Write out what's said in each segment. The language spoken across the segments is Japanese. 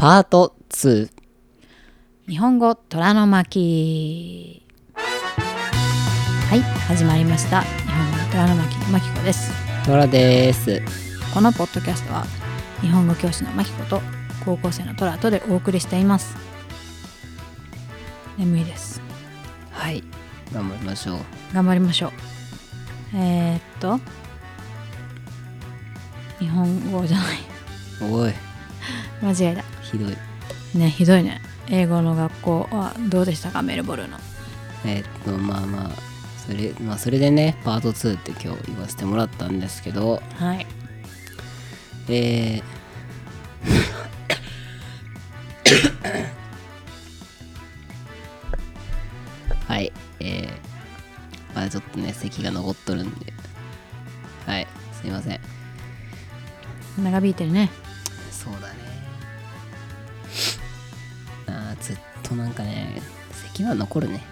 パート2。 日本語虎の巻。はい、始まりました。日本語虎の巻、まきこです。 虎です。 このポッドキャストは日本語教師のまきこと高校生の虎とでお送りしています。眠いです。 はい、頑張りましょう。 頑張りましょう。日本語じゃない。 おい、 間違えた。 ひどいね、ひどいね。英語の学校はどうでしたか、メルボルンの。 それでね、パート2って今日言わせてもらったんですけど、 はい。 はい、ちょっとね、咳が残っとるんで、はい、すいません。 長引いてるね。 そうだね。ずっとなんかね、咳は残るね。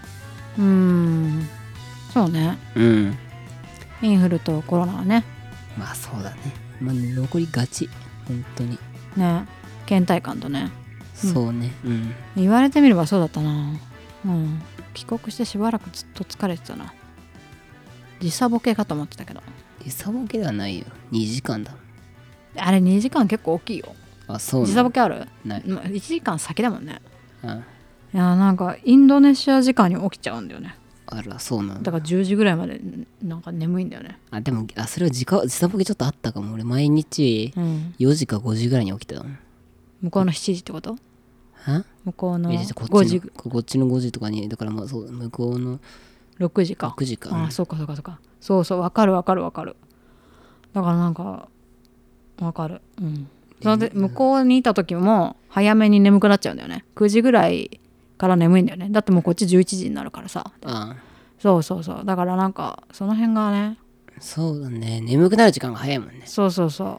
そうね。 うん。 インフルとコロナはね。 まあそうだね。まあ残りがち。本当に。 ね、倦怠感とね。 そうね。うん。 言われてみればそうだったな。帰国してしばらくずっと疲れてたな。時差ボケかと思ってたけど。 時差ボケではないよ。2時間だ。 あれ2時間結構大きいよ。 あ、そうなの。 時差ボケある？ ない。 1時間先だもんね。 うん。 いや、なんかインドネシア時間に起きちゃうんだよね。 あら、そうなの。 だから10時ぐらいまでなんか眠いんだよね。 でも、それは時差ボケちょっとあったかも。俺毎日4時か5時ぐらいに起きてたもん。 向こうの7時ってこと？向こうの 5時。こっちの5時とかに、だからまあそう、向こうの 6時か。 6時か。 そうか。そう、わかる。だからなんかわかる。それで向こうにいた時も早めに眠くなっちゃうんだよね。9時ぐらいから眠いんだよね。だってもうこっち11時になるからさ。そうだからなんかその辺がね。 そうだね。眠くなる時間が早いもんね。 そう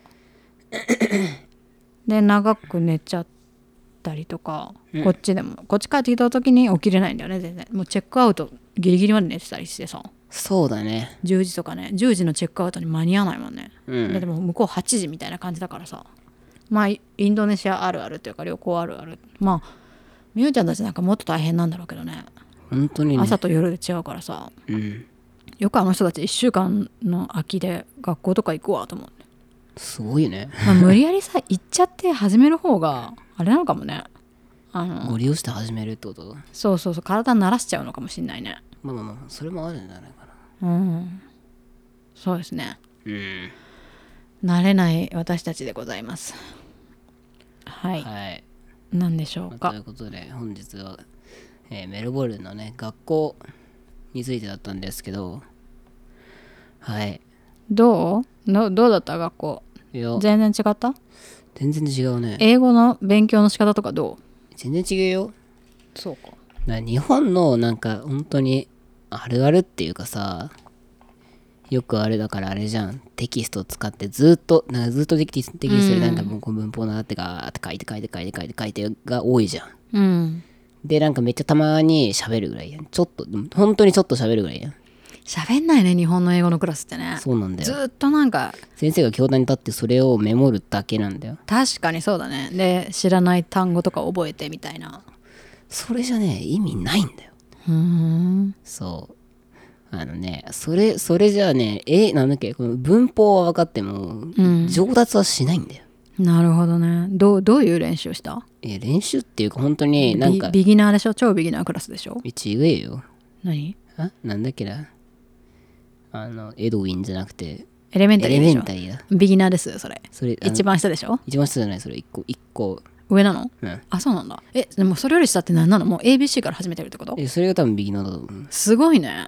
で長く寝ちゃったりとか、こっち帰ってきた時に起きれないんだよね。全然もうチェックアウトギリギリまで寝てたりしてさ。 そうだね。 10時とかね、10時のチェックアウトに間に合わないもんね。でも向こう8時みたいな感じだからさ。まあインドネシアあるあるっていうか旅行あるある。まあみゆちゃんたちなんかもっと大変なんだろうけどね。 本当にね。 朝と夜で違うからさ。よくあの人たち1週間の空きで学校とか行くわと思う。 すごいね。 無理やりさ行っちゃって始める方があれなのかもね。 ご利用して始めるってこと？ そう体慣らしちゃうのかもしんないね。 まあそれもあるんじゃないかな。 そうですね。慣れない私たちでございます。はい。何でしょうか。 ということで本日は、メルボルンのね学校についてだったんですけど、はい。 どうだった学校？全然違った？ 全然違うね。 英語の勉強の仕方とかどう？ 全然違うよ。 そうか。 日本のなんか本当にあるあるっていうかさ、よくあれだからあれじゃん、テキストを使ってずっとテキストでなんか文法習ってガーって書いてが多いじゃん。でなんかめっちゃたまに喋るぐらいやん。本当にちょっと喋るぐらいやん。 喋んないね、日本の英語のクラスってね。 そうなんだよ。 ずっとなんか先生が教壇に立ってそれをメモるだけなんだよ。 確かにそうだね。で知らない単語とか覚えてみたいな。 それじゃね意味ないんだよ。そうそれじゃあね、なんだっけ、この文法は分かっても、上達はしないんだよ。 なるほどね。どういう練習をした？ 練習っていうか本当になんかビギナーでしょ？超ビギナークラスでしょ？ 違えよ。 何？ なんだっけな、エドウィンじゃなくてエレメンタリーでしょ？ エレメンタリーだ。 ビギナーですよそれ一番下でしょ？ 一番下じゃない、それ一個上なの？そうなんだ。でもそれより下って何なの？もう ABC から始めてるってこと？ それが多分ビギナーだと思う。 すごいね。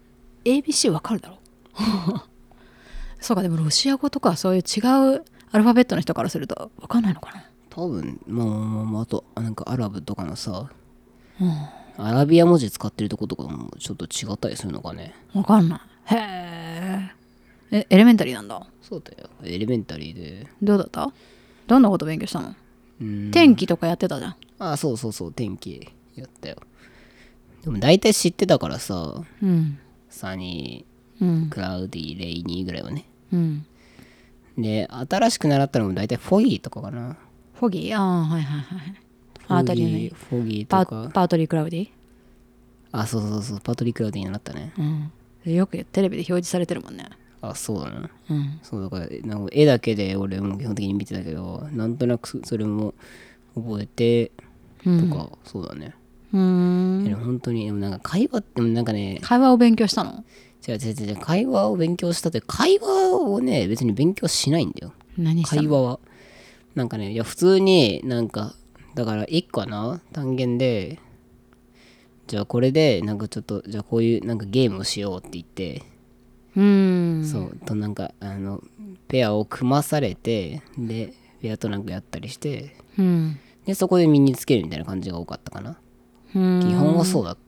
ABC わかるだろそうか。でもロシア語とかそういう違うアルファベットの人からするとわかんないのかな。 多分もうあとなんかアラブとかのさ、アラビア文字使ってるとことかもちょっと違ったりするのかね。 わかんない。へえ。エレメンタリーなんだ。 そうだよ、エレメンタリーで。 どうだった？どんなこと勉強したの？天気とかやってたじゃん。 そう天気やったよ。でも大体知ってたからさ、サニー、クラウディ、レイニーぐらいはね。で新しく習ったのも大体フォギーとかかな。 フォギー、ああはいはいはい。あたりね。 フォギーパとか、 ートリー・クラウディ。 あ、そうそうそう、パトリック・ラウディになったね。 よくテレビで表示されてるもんね。 あ、そうだな。 うんそうだから、なんか絵だけで俺も基本的に見てたけど、なんとなくそれも覚えて、とか、そうだね。 うーん。 でも本当に、でもなんか会話って、なんかね、 会話を勉強したの？ 違う、会話を勉強したって、会話をね、別に勉強しないんだよ。 何したの？ 会話は。なんかね、いや、普通になんか、だから一個かな単元で、じゃあこれで、なんかちょっと、じゃあこういうなんかゲームをしようって言って、そうとなんかペアを組まされて、でペアとなんかやったりして、 うんでそこで身につけるみたいな感じが多かったかな。 うん基本はそうだった。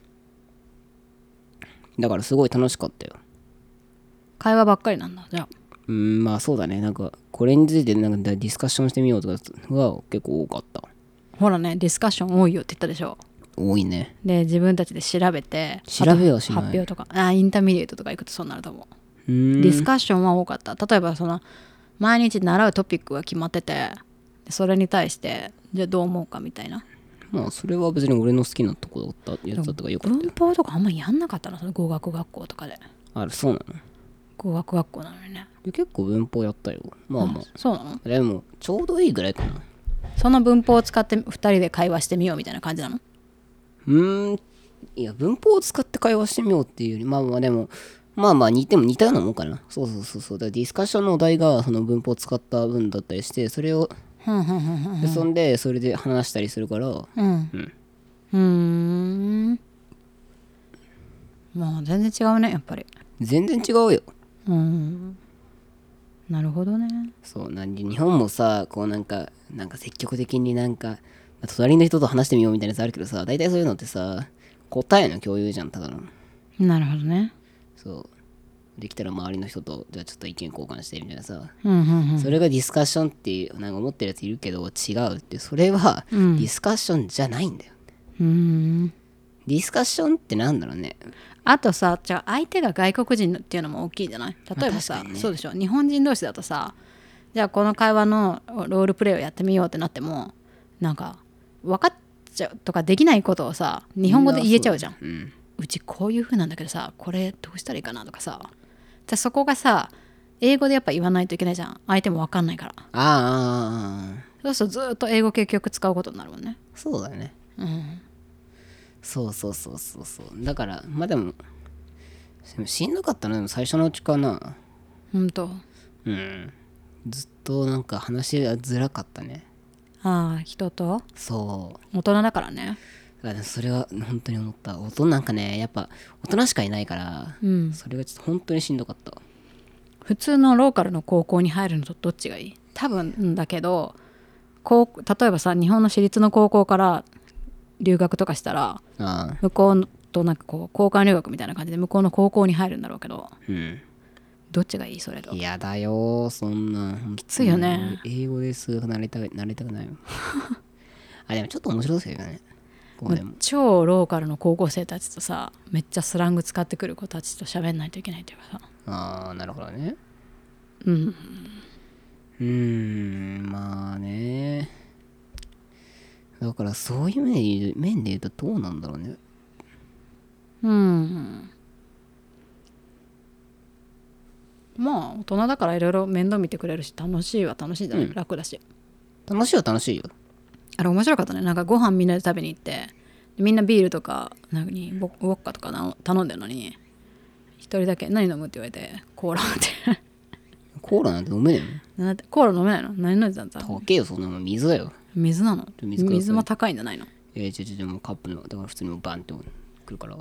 だからすごい楽しかったよ。 会話ばっかりなんだじゃあ。 まあそうだね。なんかこれについてなんかディスカッションしてみようとかは結構多かった。 ほらね、ディスカッション多いよって言ったでしょ。 多いね。 で自分たちで調べて、 調べはしないあと発表とか、インターミディエートとか行くとそうなると思う。 デディスカッションは多かった。例えばその毎日習うトピックが決まってて、それに対してじゃあどう思うかみたいな。 まあそれは別に俺の好きなとこだったやつだったからよかったよ。 文法とかあんまやんなかったな、その語学学校とかで。 ある、そうなの。 語学学校なのにね。 で結構文法やったよ。まあまあ。 そうなの？ でもちょうどいいぐらいかな。 その文法を使って2人で会話してみようみたいな感じなの？ いや文法を使って会話してみようっていうより、まあまあでも似ても似たようなもんかな。そうだからディスカッションのお題がその文法を使った文だったりして、それをでそんでそれで話したりするから、 まあ全然違うねやっぱり。 全然違うよ。 なるほどね。 そう日本もさ、こうなんか積極的になんか隣の人と話してみようみたいなやつあるけどさ、大体そういうのってさ、答えの共有じゃん、ただの。 なるほどね。 そうできたら周りの人とじゃあちょっと意見交換してみたいなさ、 うんそれがディスカッションっていうなんか思ってるやついるけど、違うって、それはディスカッションじゃないんだよ。ディスカッションってなんだろうね。 あとさ、じゃあ相手が外国人っていうのも大きいじゃない？例えばさ、 確かにねそうでしょ、日本人同士だとさ、じゃあこの会話のロールプレイをやってみようってなっても、なんか分かっちゃうとかできないことをさ日本語で言えちゃうじゃん。うちこういう風なんだけどさ、これどうしたらいいかなとかさ、じゃあそこがさ英語でやっぱ言わないといけないじゃん、相手も分かんないから。そうするとずっと英語結局使うことになるもんね。 そうだね。そうだからまあでもしんどかったのでも最初のうちかな。 ほんと。 ずっとなんか話がづらかったね。 人とそう大人だからね。 だからそれは本当に思った。大人なんかね、やっぱ大人しかいないから、それがちょっと本当にしんどかった。 普通のローカルの高校に入るのとどっちがいい？多分だけど、例えばさ日本の私立の高校から留学とかしたら、向こうとなんかこう交換留学みたいな感じで向こうの高校に入るんだろうけど、どっちがいい？それと。 やだよそんな。 きついよね。 英語で数学なりたくないよ。でもちょっと面白そうですよね。 超ローカルの高校生たちとさ、めっちゃスラング使ってくる子たちと喋んないといけないというかさ。 なるほどね。まあね。だからそういう面で言うとどうなんだろうね。 まあ大人だからいろいろ面倒見てくれるし、楽しいは楽しいじゃない、楽だし。 楽しいは楽しいよ。 あれ面白かったね。なんかご飯みんなで食べに行って、みんなビールとかウォッカとか頼んでるのに、一人だけ何飲むって言われてコーラってコーラなんて飲めねえの？コーラ飲めないの？何飲んでたんだ？ 高えよそんなの。水だよ。 水なの？ 水も高いんじゃないの？ もうカップのだから普通にバンってくるから。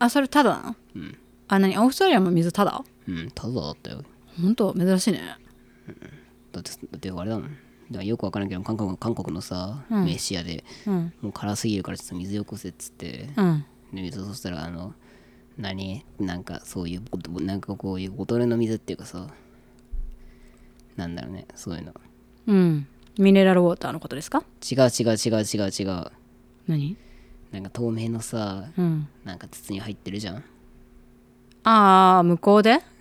それタダなの？オーストラリアも水タダ？ タダだったよ。 ほんと珍しいね。 だってあれだもん。だからよくわからんけど韓国のさ、飯屋で、もう辛すぎるからちょっと水よこせっつって、で水そしたらなんかそういうなんかこういうボトルの水っていうかさ、なんだろうね、そういうの。 ミネラルウォーターのことですか？ 違う。 何？ なんか透明のさ、なんか筒に入ってるじゃん。 向こうで？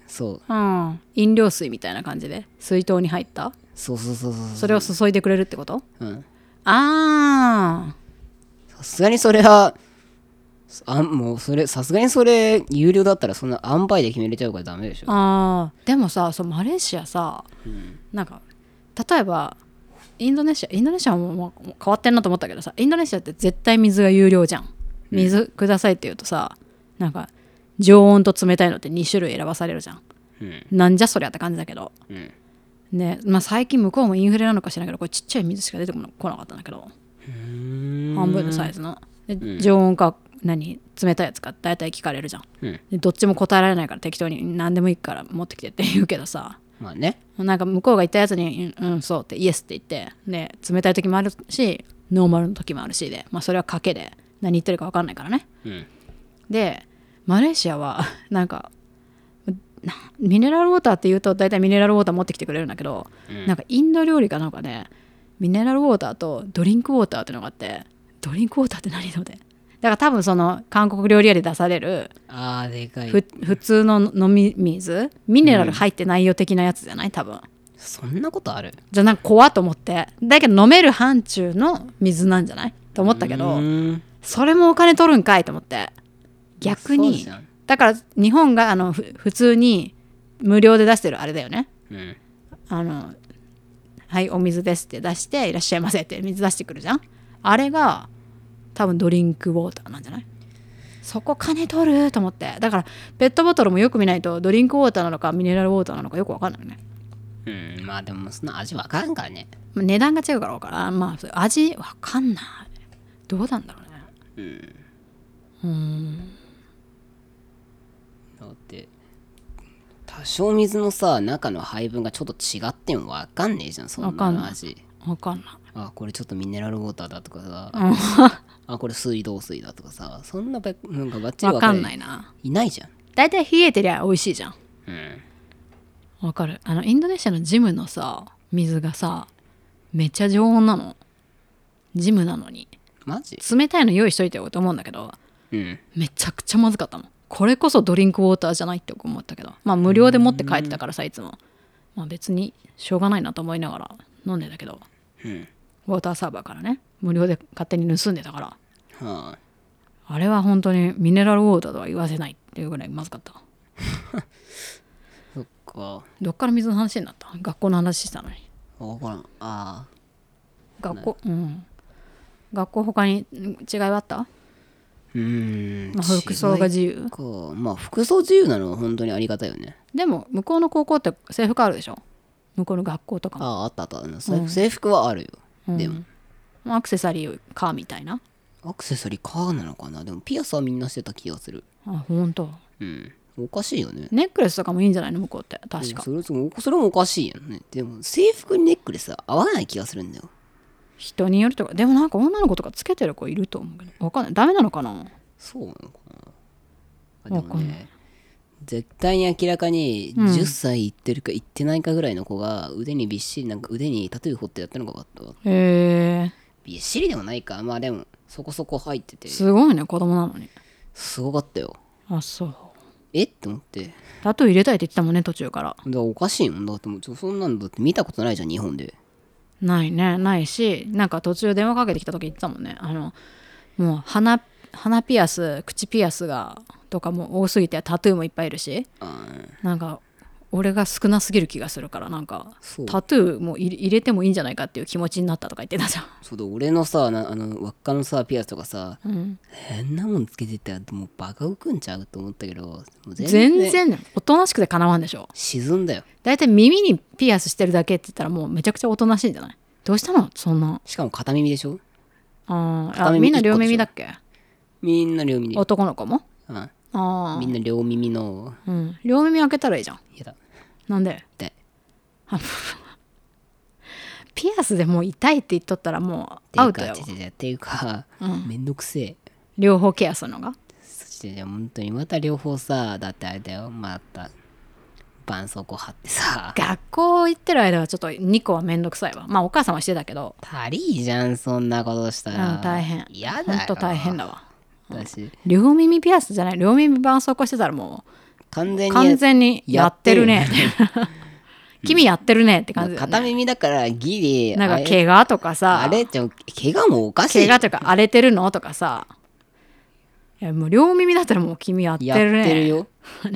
そう飲料水みたいな感じで水筒に入った、 そうそれを注いでくれるってこと？ うんあさすがにそれはもうさすがにそれ有料だったらそんな塩梅で決めれちゃうからダメでしょ。 でもさ、マレーシアさ、なんか例えばインドネシアも変わってんなと思ったけどさ、インドネシアって絶対水が有料じゃん。水くださいって言うとさ、なんか常温と冷たいのって2種類選ばされるじゃん、なんじゃそりゃって感じだけど、ね、最近向こうもインフレなのか知らないけど、これちっちゃい水しか出てこなかったんだけど、半分のサイズので、常温か冷たいやつか大体聞かれるじゃん、でどっちも答えられないから適当に何でもいいから持ってきてって言うけどさ、 まあね、 なんか向こうが言ったやつにそうってイエスって言って、で冷たい時もあるしノーマルの時もあるしで、それは賭けで何言ってるか分かんないからね、でマレーシアはなんかミネラルウォーターって言うと大体ミネラルウォーター持ってきてくれるんだけど、なんかインド料理かなんかでミネラルウォーターとドリンクウォーターってのがあって、ドリンクウォーターって何ので、だから多分その韓国料理屋で出されるでかい普通の飲み水、ミネラル入ってないよ的なやつじゃない？多分そんなことある？ じゃあなんか怖っと思って、だけど飲める範疇の水なんじゃないと思ったけど、それもお金取るんかいと思って、逆にだから日本が普通に無料で出してるあれだよね、はいお水ですって出していらっしゃいませって水出してくるじゃん、あれが多分ドリンクウォーターなんじゃない？そこ金取ると思って、だからペットボトルもよく見ないとドリンクウォーターなのかミネラルウォーターなのかよく分かんないよね。 まあでもそんな味分からんからね。 値段が違うから分からん。味分かんない。どうなんだろうね。 だって多少水のさ中の配分がちょっと違っても分かんねえじゃん、そんなの味。 分かんない。 これちょっとミネラルウォーターだとかさ、これ水道水だとかさ、そんななんかバッチリ分かんないな。 いないじゃん。 だいたい冷えてりゃ美味しいじゃん。分かる。インドネシアのジムのさ水がさめっちゃ常温なの。ジムなのにマジ冷たいの用意しといてよと思うんだけど、めちゃくちゃまずかったもん。これこそドリンクウォーターじゃないって思ったけど、無料で持って帰ってたからさいつも、別にしょうがないなと思いながら飲んでたけど、ウォーターサーバーからね無料で勝手に盗んでたから、あれは本当にミネラルウォーターとは言わせないっていうぐらいまずかった。 そっか。 どっから水の話になった？学校の話したのに。 分からん。 学校他に違いはあった？服装が自由か。服装自由なのは本当にありがたいよね。 でも向こうの高校って制服あるでしょ？向こうの学校とかも。 あった制服はあるよ、でもアクセサリーかみたいな。 アクセサリーかなのかな。でもピアスはみんなしてた気がする。 本当。 おかしいよね。 ネックレスとかもいいんじゃないの向こうって確か。 それもおかしいよね。でも制服にネックレスは合わない気がするんだよ。 人によるとか。でもなんか女の子とかつけてる子いると思うけど分かんない。ダメなのかな。 そうなのかな。でもね、絶対に明らかに10歳いってるかいってないかぐらいの子が腕にびっしりなんか腕にタトゥー彫ってやったのが分かったわ。びっしりでもないか。でもそこそこ入っててすごいね。子供なのにすごかったよ。 そうって思って。 タトゥー入れたいって言ってたもんね途中から。 だからおかしいもんだって。もうそんなんだって見たことないじゃん日本で。 ないね。ないし、なんか途中電話かけてきた時言ってたもんね。もう鼻ピアス口ピアスがとかも多すぎてタトゥーもいっぱいいるし、なんか俺が少なすぎる気がするから、なんかタトゥーも入れてもいいんじゃないかっていう気持ちになったとか言ってたじゃん。 そうだ、俺のさ輪っかのさピアスとかさ、変なもんつけてったらもうバカ浮くんちゃうと思ったけど、もう全然おとなしくてかなわんでしょ。 沈んだよ。 だいたい耳にピアスしてるだけって言ったらもうめちゃくちゃおとなしいんじゃない？どうしたのそんな。 しかも片耳でしょ。 みんな両耳だっけ？ みんな両耳。 男の子も？ みんな両耳の、 両耳開けたらいいじゃん。 やだ。 なんで？ピアスでもう痛いって言っとったらもうアウトよ。 っていうか、めんどくせえ。 両方ケアするのが。 そして本当にまた両方さ、だってあれだよ、また絆創膏貼ってさ。 学校行ってる間はちょっと2個はめんどくさいわ。お母さんはしてたけど。 足りいじゃんそんなことしたら。 大変。 嫌だよ。 ほんと大変だわ。 私両耳ピアスじゃない、両耳絆創膏してたらもう完全にやってるね君やってるねって感じだよね。 片耳だからギリなんか怪我とかさ、 あれって怪我もおかしいよ。 怪我とか荒れてるのとかさ、いやもう両耳だったらもう君やってるね。 やってるよ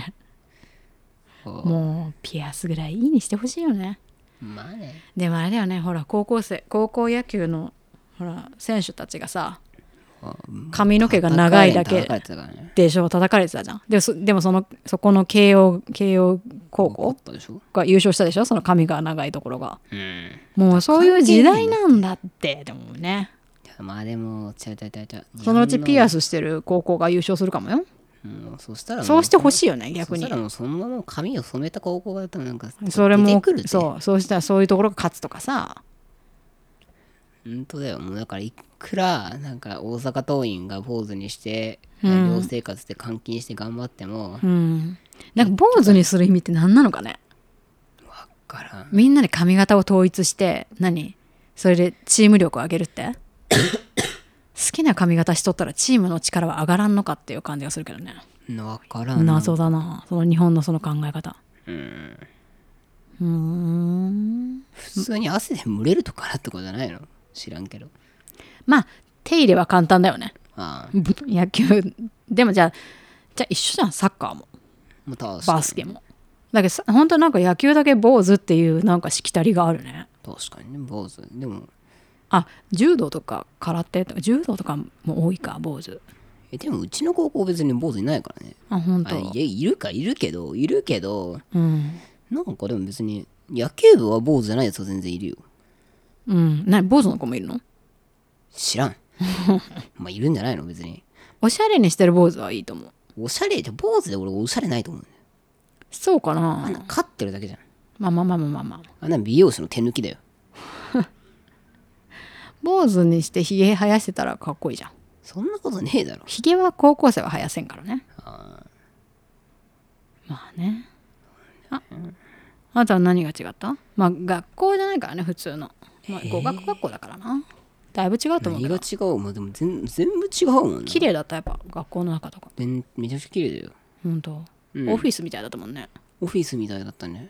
もうピアスぐらいいいにしてほしいよね。 まあね。 でもあれだよね、ほら高校野球のほら選手たちがさ、髪の毛が長いだけでしょ、叩かれてたじゃん。でもそこの慶応高校が優勝したでしょ、その髪が長いところが、もうそういう時代なんだって。でもね、 まあでもそのうちピアスしてる高校が優勝するかもよ。 そしたらそうしてほしいよね、逆に。 そしたらもうそのまま髪を染めた高校がだったらなんかそれも出てくるって。 そうしたらそういうところが勝つとかさ。 本当だよ。もうだからいくらなんか大阪桐蔭が坊主にして寮生活で監禁して頑張っても、 なんか坊主にする意味って何なのかね。 わからん。 みんなで髪型を統一してそれでチーム力を上げるって好きな髪型しとったらチームの力は上がらんのかっていう感じがするけどね。 わからん。 謎だな、その日本のその考え方。 普通に汗で蒸れるとかなってことじゃないの？知らんけど。 まあ手入れは簡単だよね。 ああ、 野球でもじゃあ一緒じゃん、サッカーもバスケも。だけど本当なんか野球だけ坊主っていうなんかしきたりがあるね。 確かにね、坊主。でも柔道とか空手とか柔道とかも多いか坊主。 でもうちの高校別に坊主いないからね。 本当。 いるけど、なんかでも別に野球部は坊主じゃないやつは全然いるよ。 坊主の子もいるの？ 知らんまあいるんじゃないの別に。 おしゃれにしてる坊主はいいと思う。 おしゃれで坊主で俺おしゃれないと思うんだよ。 そうかな。 飼ってるだけじゃん。 まああんな美容師の手抜きだよ。 坊主にしてひげ生やしてたらかっこいいじゃん。 そんなことねえだろ。 ひげは高校生は生やせんからね。まあね。あとは何が違った？まあ学校じゃないからね、普通の。語学学校だからな。だいぶ違うと思うけど。 何が違う？まあでも全部違うもんな。 綺麗だった、やっぱ学校の中とか。 めちゃくちゃ綺麗だよ。 本当。オフィスみたいだったもんね。 オフィスみたいだったね。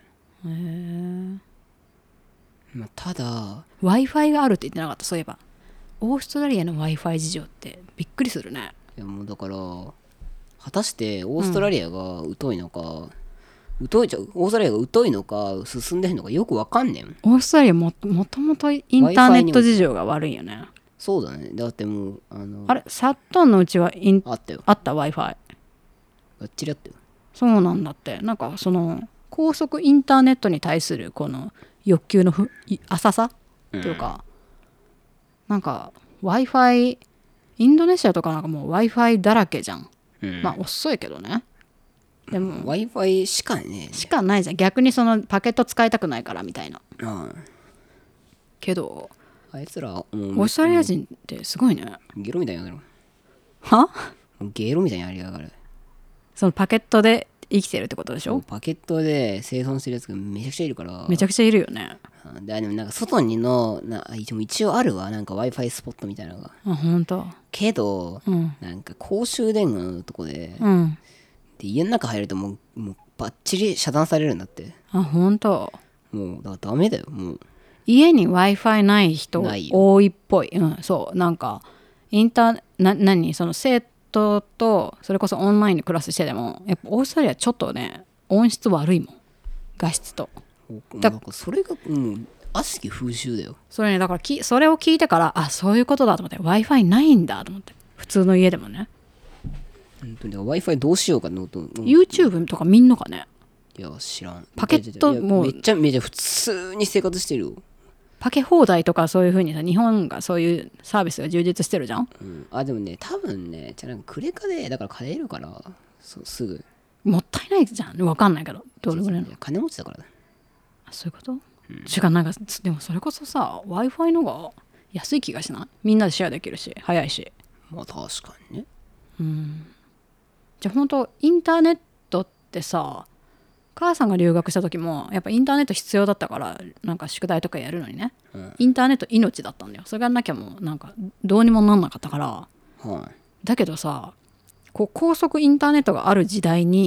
まあ、ただ Wi-Fi があるって言ってなかった？そういえばオーストラリアの Wi-Fi 事情ってびっくりするね。 いやもうだから果たしてオーストラリアが疎いのか、オーストラリアが疎いのか進んでるのかよくわかんねん。 オーストラリアもともとインターネット事情が悪いよね。 そうだね。だってもうあれサットンのうちはあったよ。 あった Wi-Fi がっちりあったよ。 そうなんだって。なんかその高速インターネットに対するこの欲求の浅さというか、なんか Wi-Fi インドネシアとかなんかもう Wi-Fi だらけじゃん。まあ遅いけどね。でも Wi-Fi しかないじゃん。逆にそのパケット使いたくないからみたいな。けどあいつらオーストラリア人ってすごいね。 ゲロみたいにやる。 は？ ゲロみたいにやりやがる。 そのパケットで生きてるってことでしょ？ パケットで生存してるやつがめちゃくちゃいるから。 めちゃくちゃいるよね。 でもなんか外にの一応あるわ、なんか Wi-Fi スポットみたいなのが。 本当。 けど、なんか公衆電話のとこで、で家の中入るともうバッチリ遮断されるんだって。 本当。 もうだからダメだよ。もう家に Wi-Fi ない人多いっぽい。そうなんかその生徒とそれこそオンラインでクラスしてでもやっぱオーストラリアちょっとね音質悪いもん、画質と。 だからそれがもう悪しき風習だよ。 それね、だからそれを聞いてからそういうことだと思って Wi-Fi ないんだと思って、普通の家でもね。 本当に Wi-Fi どうしようかのと、 YouTube とか見んのかね。 いや知らん。 パケットもめっちゃ普通に生活してるよ。 パケ放題とかそういう風にさ、日本がそういうサービスが充実してるじゃん。 でもね多分ねなんかクレカでだから買えるからすぐ。 もったいないじゃん。分かんないけどどれぐらいの。 金持ちだからだ。 そういうこと？違う、なんかでもそれこそさ Wi-Fi のが安い気がしない？みんなでシェアできるし早いし。 まあ確かにね。 じゃあ本当インターネットってさ、母さんが留学した時もやっぱインターネット必要だったから、なんか宿題とかやるのにね、インターネット命だったんだよ。それがなきゃもうなんかどうにもなんなかったから、だけどさこう高速インターネットがある時代に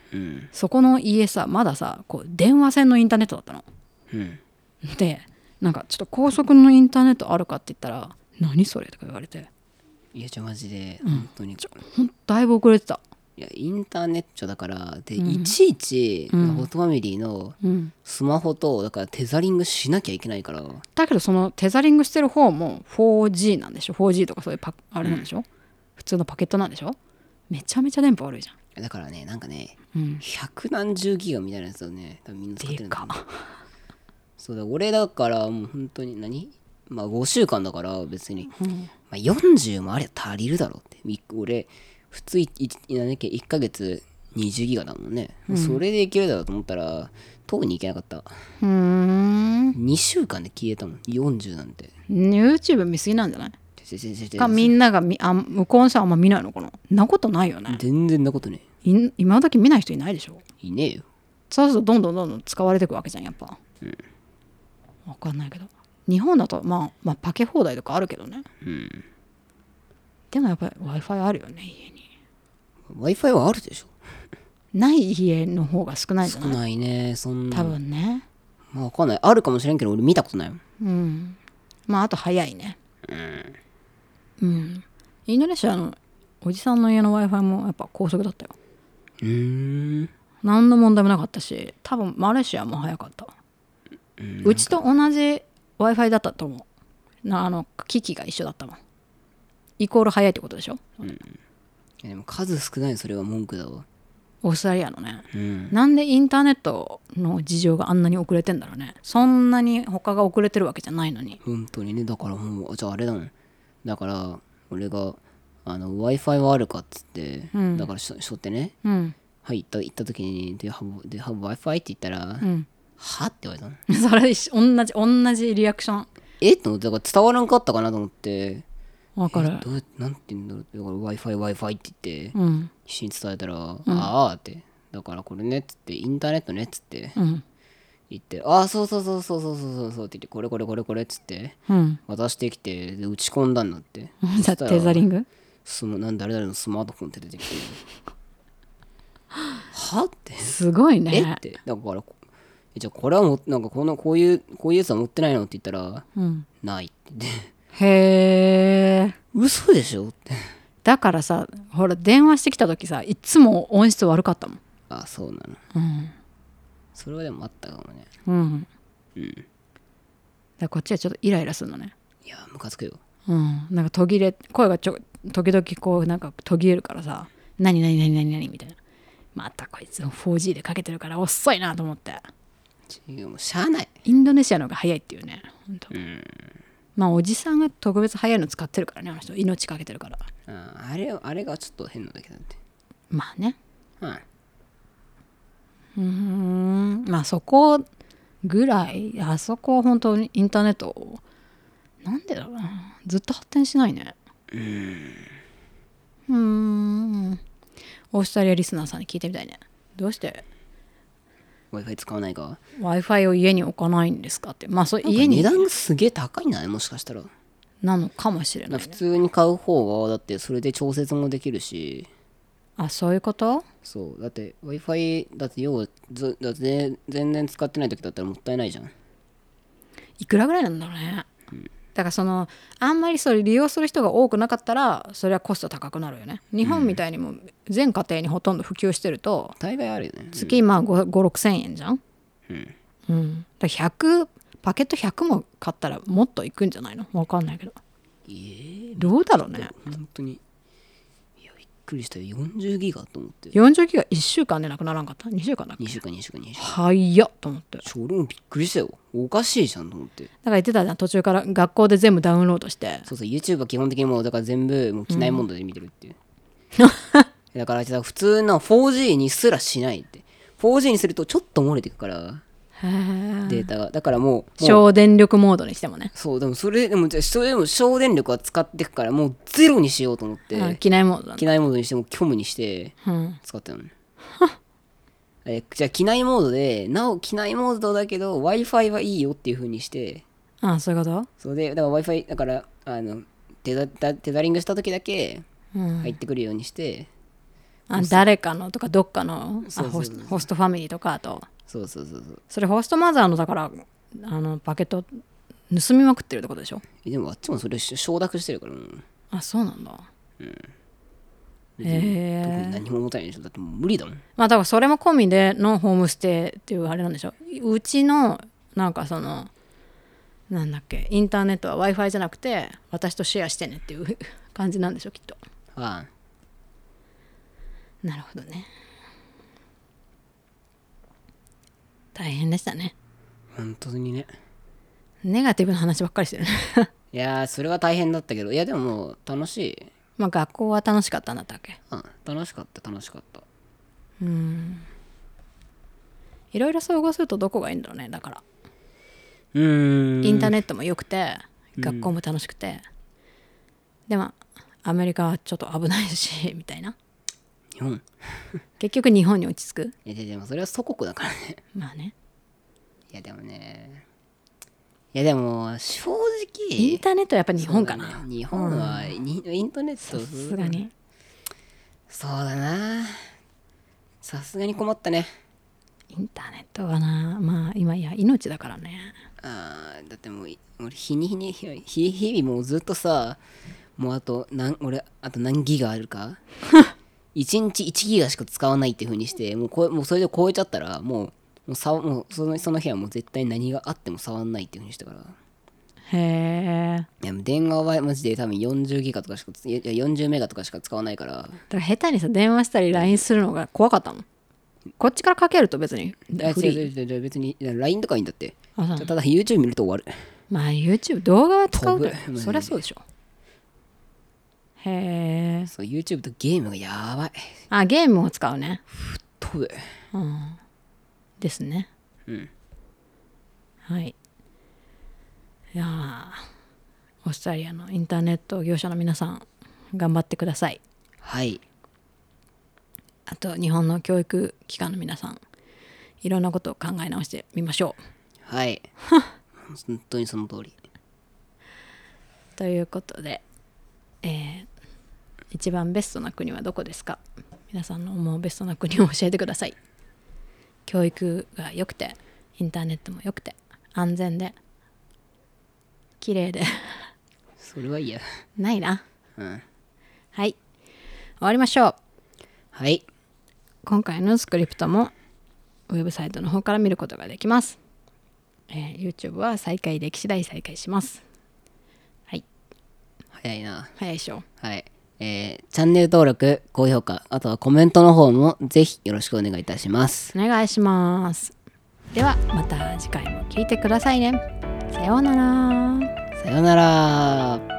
うんそこの家さまださこう電話線のインターネットだったの。 うんでなんかちょっと高速のインターネットあるかって言ったら何それとか言われて、 いやマジで本当に、 ほんとだいぶ遅れてた。 いやインターネットだからで、 うんいちいち、 うんホットファミリーのうんスマホとだからテザリングしなきゃいけないから。 だけどそのテザリングしてる方も 4G なんでしょ。 4G とかそういうあれなんでしょ、普通のパケットなんでしょ。めちゃめちゃ電波悪いじゃん。 だからねなんかねうん百何十ギガみたいなやつをね多分みんな使ってるんだよね。 でかそうだ俺だからもう本当にまあ5週間だから別に、 うんまあ、40もありゃ足りるだろうって俺普通なんだっけ1ヶ月20ギガだもんね、それでいけるだろうと思ったらとうにいけなかった。2週間で消えたもん40なんて。 YouTube 見すぎなんじゃないか。み全んなが向こうの人はあんま見ないのかな。なことないよね。 然なことね今時見ない人いないでしょ。 いねえよ。 そうするとどんどん使われていくわけじゃんやっぱ。わかんないけど日本だとまあパケ放題とかあるけどね。でもやっぱり Wi-Fi あるよね家に。 Wi-Fi はあるでしょ。 ない家の方が少ないじゃない。 少ないねそんな。 多分ね。 まあわかんないあるかもしれんけど俺見たことないもん。 うんまああと早いね。インドネシアのおじさんの家の Wi-Fi もやっぱ高速だったよ。何の問題もなかったし多分マレーシアも早かった。うちと同じ Wi-Fi だったと思う。機器が一緒だったもん。イコール早いってことでしょ。 でも数少ないそれは文句だわ。 オーストラリアのね、なんでインターネットの事情があんなに遅れてんだろうね。そんなに他が遅れてるわけじゃないのに。 本当にね。だからもうじゃああれだもん。だから俺がWi-Fi はあるかっつって、だからしょってね、はい行った時に「Do you have Wi-Fi?」って言ったら「は?」って言われたの。 それ同じリアクション。 と思ってだから伝わらんかったかなと思って。 わかる。 なんて言うんだろう。だから Wi-Fi って言って、必死に伝えたら「ああ」って「だからこれね」っつって「インターネットね」っつって言って「ああそうそうって言って「これっつって渡してきてで打ち込んだんだって。 じゃあテザリング誰々のスマートフォンって出てきてはってすごいね。 ってだからじゃあこれはもなんかこういうやつは持ってないのって言ったら、ないって言ってへえ。 嘘でしょって。 だからさほら電話してきた時さいつも音質悪かったもん。 あそうなの。それはでもあったかもね。 だからこっちはちょっとイライラするのね。 いやムカつくよ。 なんか声が時々こうなんか途切れるからさ何みたいな。またこいつ 4G でかけてるから遅いなと思って。 もうしゃあない。 インドネシアの方が早いっていうね。まあおじさんが特別早いの使ってるからね。あの人命かけてるから。 あれがちょっと変なだけだって。 まあね。まあそこぐらいあそこは本当にインターネットなんでだろうなずっと発展しないね。オーストラリアリスナーさんに聞いてみたいね。どうして Wi-Fi 使わないか Wi-Fi を家に置かないんですかって。まあそう家に値段すげえ高いんだねもしかしたら。 なのかもしれない、ね、 普通に買う方がだってそれで調節もできるし。 あそういうこと。 そうだって Wi-Fi だって要はだって全然使ってない時だったらもったいないじゃん。 いくらぐらいなんだろうね。だからあんまりそれ利用する人が多くなかったらそれはコスト高くなるよね。日本みたいにも全家庭にほとんど普及してると大概あるよね。 月まあ5,6千円じゃん。だからパケット100も買ったらもっといくんじゃないの。分かんないけどどうだろうね。 本当にいやびっくりしたよ。40ギガと思って。 40ギガ1週間でなくならんかった。2週間だっけ。 2週間早っと思って。 俺もびっくりしたよ。おかしいじゃんと思って。 だから言ってたじゃん途中から学校で全部ダウンロードして。 そう YouTube は基本的にもうだから全部もう機内モードで見てるっていう、だから普通の 4G にすらしないって。 4G にするとちょっと漏れていくからデータが。だからもう省電力モードにしてもね。 そうでもそれでも省電力は使っていくからもうゼロにしようと思って機内モード機内モードにしても虚無にして使ってたのね。じゃあ機内モードでなお機内モードだけど Wi-Fi はいいよっていう風にして、 そういうこと。 そうでだから Wi-Fi だからテザリングした時だけ入ってくるようにして、 誰かのとかどっかのそうそうそうホストファミリーとかあとそうそうそうそう。 それホストマザーのだからパケット盗みまくってるってことでしょ。 でもあっちもそれ承諾してるから、 あ、そうなんだ。 特に何も持たないでしょ。だってもう無理だもん。 まあだからそれも込みでのホームステイっていうあれなんでしょ。うちのなんかそのなんだっけインターネットは Wi-Fi じゃなくて私とシェアしてねっていう感じなんでしょきっと。 ああ、 なるほどね。大変でしたね。 本当にね。 ネガティブな話ばっかりしてるねいやー、それは大変だったけど、いやでももう楽しい。 まあ学校は楽しかったんだったっけ。 楽しかった楽しかった。 いろいろ総合するとどこがいいんだろうね。だからイインターネットも良くて学校も楽しくて、でもアメリカはちょっと危ないしみたいな。 日本結局日本に落ち着く。 いやでもそれは祖国だからね。 まあね。 いやでもね、いやでも正直インターネットはやっぱ日本かな。 そうだね、日本は、インターネットさすがにそうだな、さすがに困ったね。 インターネットはな、まあ今や命だからね。 だってもう俺日々もうずっとさ、もうあと何ギガあるか1日1ギガしか使わないっていう風にして、もうそれで超えちゃったらもうその日はもう絶対何があっても触んないっていう風にしたから。 へえ。 いや電話はマジで多分40ギガとかしかいや40メガとかしか使わないから。 だから下手にさ電話したり LINE するのが怖かったもん。こっちからかけると別にフリー。 違う別に LINE とかいいんだって。 あ、そうただ YouTube 見ると終わる。 まあ YouTube 動画は使うと飛ぶそりゃそうでしょ。へえ。 そう YouTube とゲームがやばい。 あ、ゲームを使うね。 飛ぶ。 ですね。はい。いやーオーストラリアのインターネット業者の皆さん頑張ってください。 はい。 あと日本の教育機関の皆さんいろんなことを考え直してみましょう。 はい本当にその通り。 ということで、一番ベストな国はどこですか。皆さんの思うベストな国を教えてください。教育が良くてインターネットも良くて安全で綺麗でそれはいいや。 ないな。 うんはい、終わりましょう。 はい。 今回のスクリプトもウェブサイトの方から見ることができます。YouTube は再開でき次第再開します。はい。 早いな。 早いでしょ。 はい。チャンネル登録、高評価、あとはコメントの方もぜひよろしくお願いいたします。 お願いします。ではまた次回も聞いてくださいね。さようなら。 さようなら。